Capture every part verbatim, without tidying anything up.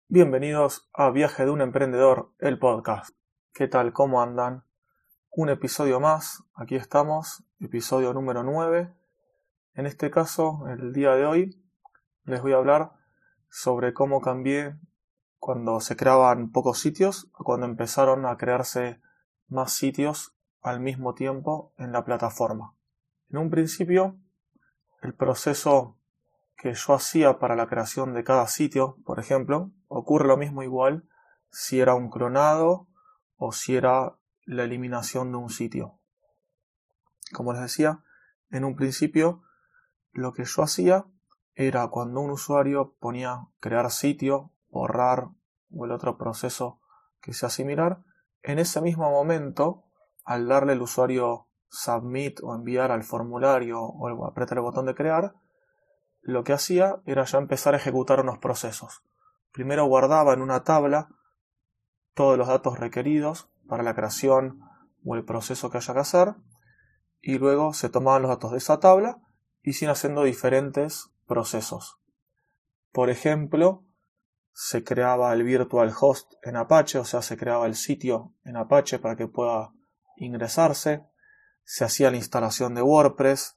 Bienvenidos a Viaje de un Emprendedor, el podcast. ¿Qué tal? ¿Cómo andan? Un episodio más, aquí estamos, episodio número nueve. En este caso, el día de hoy, les voy a hablar sobre cómo cambié cuando se creaban pocos sitios a cuando empezaron a crearse más sitios al mismo tiempo en la plataforma. En un principio, el proceso que yo hacía para la creación de cada sitio, por ejemplo, ocurre lo mismo igual si era un clonado o si era la eliminación de un sitio. Como les decía, en un principio lo que yo hacía era cuando un usuario ponía crear sitio, borrar o el otro proceso que sea similar, en ese mismo momento, al darle al usuario submit o enviar al formulario o apretar el botón de crear, lo que hacía era ya empezar a ejecutar unos procesos. Primero guardaba en una tabla todos los datos requeridos para la creación o el proceso que haya que hacer, y luego se tomaban los datos de esa tabla y se iban haciendo diferentes procesos. Por ejemplo, se creaba el virtual host en Apache, o sea, se creaba el sitio en Apache para que pueda ingresarse, se hacía la instalación de WordPress,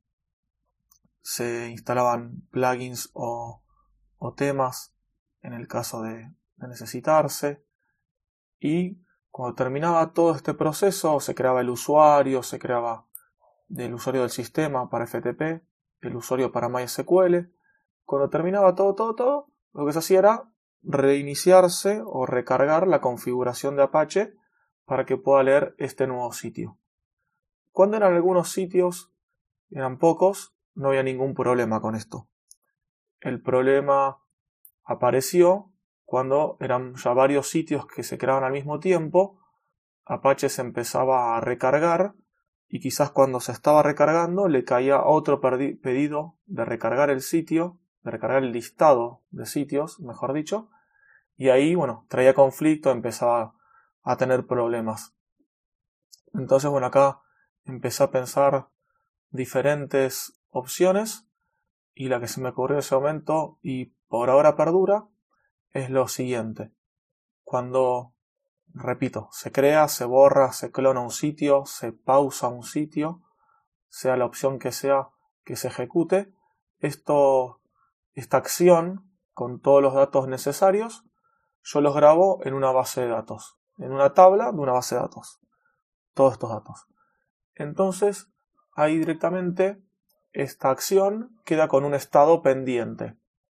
se instalaban plugins o, o temas en el caso de, de necesitarse, y cuando terminaba todo este proceso se creaba el usuario, se creaba el usuario del sistema para F T P, el usuario para MySQL. Cuando terminaba todo, todo, todo, lo que se hacía era reiniciarse o recargar la configuración de Apache para que pueda leer este nuevo sitio. Cuando eran algunos sitios, eran pocos, no había ningún problema con esto. El problema apareció cuando eran ya varios sitios que se creaban al mismo tiempo. Apache se empezaba a recargar y quizás cuando se estaba recargando le caía otro pedido de recargar el sitio, de recargar el listado de sitios, mejor dicho, y ahí, bueno, traía conflicto, empezaba a tener problemas. Entonces, bueno, acá empecé a pensar diferentes opciones y la que se me ocurrió en ese momento y por ahora perdura es lo siguiente. Cuando, repito, se crea, se borra, se clona un sitio, se pausa un sitio, sea la opción que sea que se ejecute, esto, esta acción con todos los datos necesarios, yo los grabo en una base de datos, en una tabla de una base de datos, todos estos datos. Entonces, ahí directamente esta acción queda con un estado pendiente.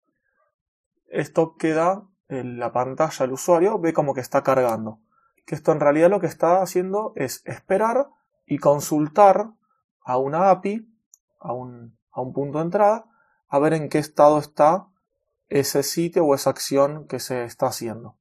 Esto queda en la pantalla, el usuario ve como que está cargando. Que esto en realidad lo que está haciendo es esperar y consultar a una A P I, a un, a un punto de entrada, a ver en qué estado está ese sitio o esa acción que se está haciendo.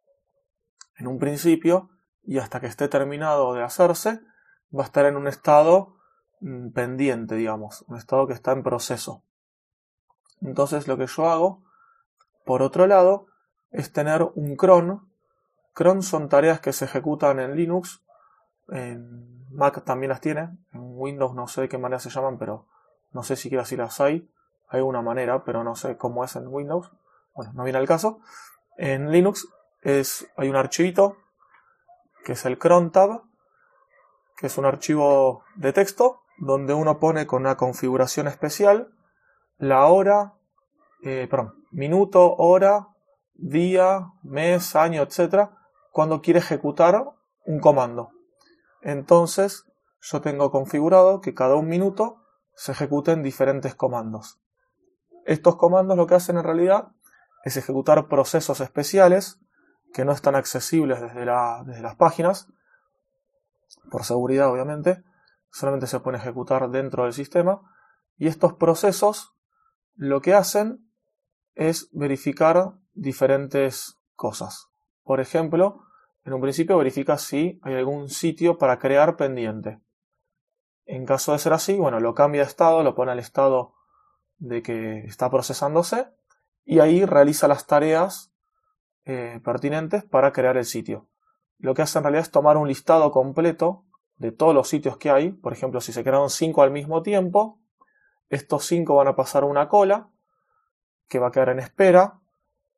En un principio, y hasta que esté terminado de hacerse, va a estar en un estado mmm, pendiente, digamos, un estado que está en proceso. Entonces lo que yo hago, por otro lado, es tener un cron. Cron son tareas que se ejecutan en Linux, en Mac también las tiene, en Windows no sé de qué manera se llaman, pero no sé siquiera si las hay, hay una manera, pero no sé cómo es en Windows, bueno, no viene al caso. En Linux es, hay un archivito que es el cron tab, que es un archivo de texto donde uno pone con una configuración especial la hora, eh, perdón, minuto, hora, día, mes, año, etcétera, cuando quiere ejecutar un comando. Entonces, yo tengo configurado que cada un minuto se ejecuten diferentes comandos. Estos comandos lo que hacen en realidad es ejecutar procesos especiales que no están accesibles desde, la, desde las páginas, por seguridad obviamente, solamente se pueden ejecutar dentro del sistema, y estos procesos lo que hacen es verificar diferentes cosas. Por ejemplo, en un principio verifica si hay algún sitio para crear pendiente. En caso de ser así, bueno, lo cambia de estado, lo pone al estado de que está procesándose y ahí realiza las tareas eh, pertinentes para crear el sitio. Lo que hace en realidad es tomar un listado completo de todos los sitios que hay. Por ejemplo, si se crearon cinco al mismo tiempo, estos cinco van a pasar una cola que va a quedar en espera.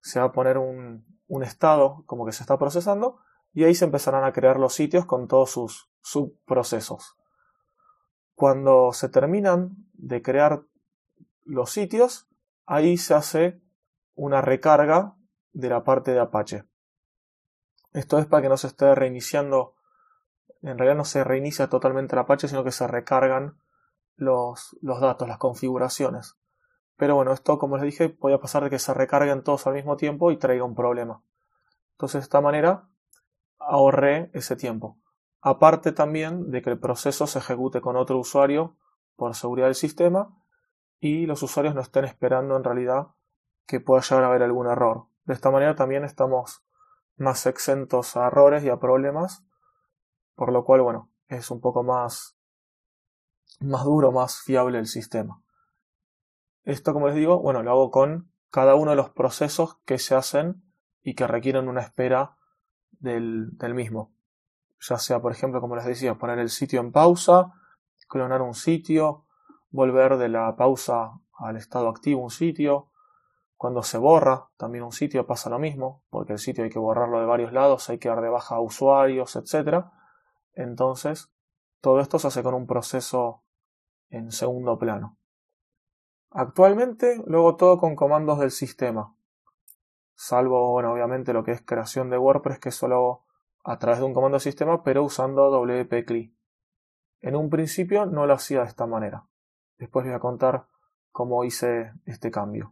se va a poner un, un estado como que se está procesando y ahí se empezarán a crear los sitios con todos sus subprocesos. Cuando se terminan de crear los sitios, ahí se hace una recarga de la parte de Apache. Esto es para que no se esté reiniciando, en realidad no se reinicia totalmente el Apache, sino que se recargan los, los datos, las configuraciones. Pero bueno, esto, como les dije, puede pasar de que se recarguen todos al mismo tiempo y traiga un problema. Entonces, de esta manera, ahorré ese tiempo. Aparte también de que el proceso se ejecute con otro usuario por seguridad del sistema y los usuarios no estén esperando en realidad que pueda llegar a haber algún error. De esta manera también estamos más exentos a errores y a problemas, por lo cual, bueno, es un poco más, más duro, más fiable el sistema. Esto, como les digo, bueno, lo hago con cada uno de los procesos que se hacen y que requieren una espera del, del mismo. Ya sea, por ejemplo, como les decía, poner el sitio en pausa, clonar un sitio, volver de la pausa al estado activo un sitio. Cuando se borra también un sitio pasa lo mismo, porque el sitio hay que borrarlo de varios lados, hay que dar de baja a usuarios, etcétera. Entonces, todo esto se hace con un proceso en segundo plano. Actualmente lo hago todo con comandos del sistema, salvo, bueno, obviamente lo que es creación de WordPress, que solo hago a través de un comando de sistema, pero usando W P C L I. En un principio no lo hacía de esta manera. Después les voy a contar cómo hice este cambio.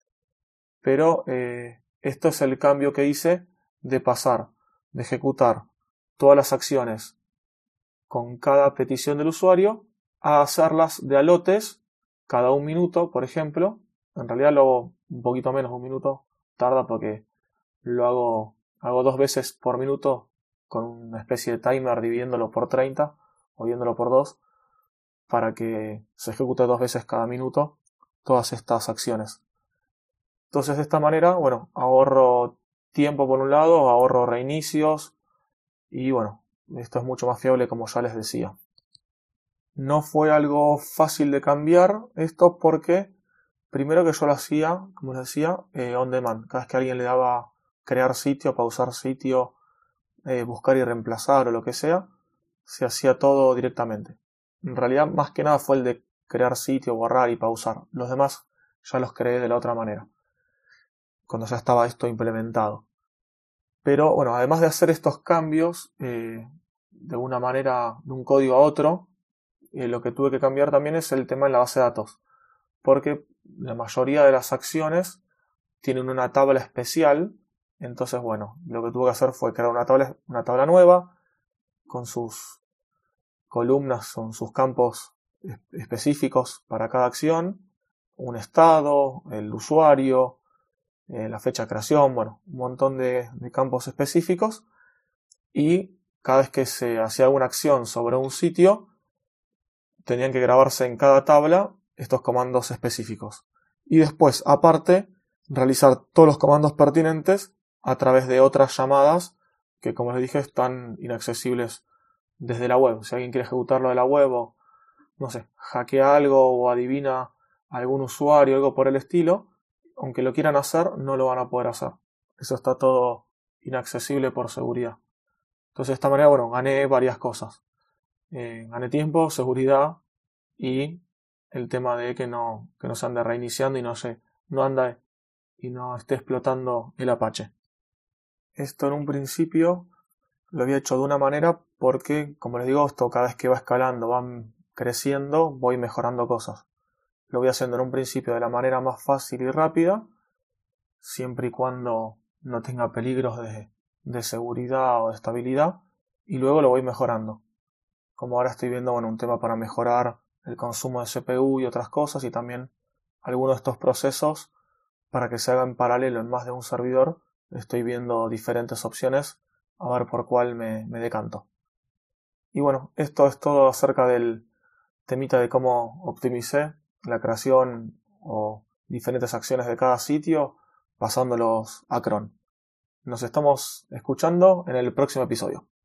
Pero eh, esto es el cambio que hice de pasar, de ejecutar todas las acciones con cada petición del usuario a hacerlas de a lotes cada un minuto, por ejemplo. En realidad lo hago un poquito menos de un minuto, tarda porque lo hago, hago dos veces por minuto con una especie de timer dividiéndolo por treinta o viéndolo por dos para que se ejecute dos veces cada minuto todas estas acciones. Entonces, de esta manera, bueno, ahorro tiempo por un lado, ahorro reinicios y bueno, esto es mucho más fiable, como ya les decía. No fue algo fácil de cambiar esto porque primero que yo lo hacía, como les decía, eh, on demand. Cada vez que alguien le daba crear sitio, pausar sitio, eh, buscar y reemplazar o lo que sea, se hacía todo directamente. En realidad, más que nada fue el de crear sitio, borrar y pausar. Los demás ya los creé de la otra manera, cuando ya estaba esto implementado. Pero bueno, además de hacer estos cambios eh, de una manera, de un código a otro, eh, lo que tuve que cambiar también es el tema en la base de datos, porque la mayoría de las acciones tienen una tabla especial. Entonces, bueno, lo que tuve que hacer fue crear una tabla, una tabla nueva con sus columnas, con sus campos específicos para cada acción, un estado, el usuario, eh, la fecha de creación, bueno, un montón de, de campos específicos, y cada vez que se hacía alguna acción sobre un sitio tenían que grabarse en cada tabla estos comandos específicos y después, aparte, realizar todos los comandos pertinentes a través de otras llamadas que, como les dije, están inaccesibles desde la web. Si alguien quiere ejecutarlo de la web o, no sé, hackea algo o adivina algún usuario, algo por el estilo, aunque lo quieran hacer, no lo van a poder hacer. Eso está todo inaccesible por seguridad. Entonces, de esta manera, bueno, gané varias cosas. Eh, gané tiempo, seguridad y el tema de que no, que no se ande reiniciando y no se, no anda y no esté explotando el Apache. Esto en un principio lo había hecho de una manera porque, como les digo, esto cada vez que va escalando, van creciendo, voy mejorando cosas. Lo voy haciendo en un principio de la manera más fácil y rápida, siempre y cuando no tenga peligros de, de seguridad o de estabilidad, y luego lo voy mejorando. Como ahora estoy viendo, bueno, un tema para mejorar el consumo de C P U y otras cosas, y también algunos de estos procesos para que se haga en paralelo en más de un servidor. Estoy viendo diferentes opciones a ver por cuál me, me decanto. Y bueno, esto es todo acerca del temita de cómo optimicé la creación o diferentes acciones de cada sitio pasándolos a cron. Nos estamos escuchando en el próximo episodio.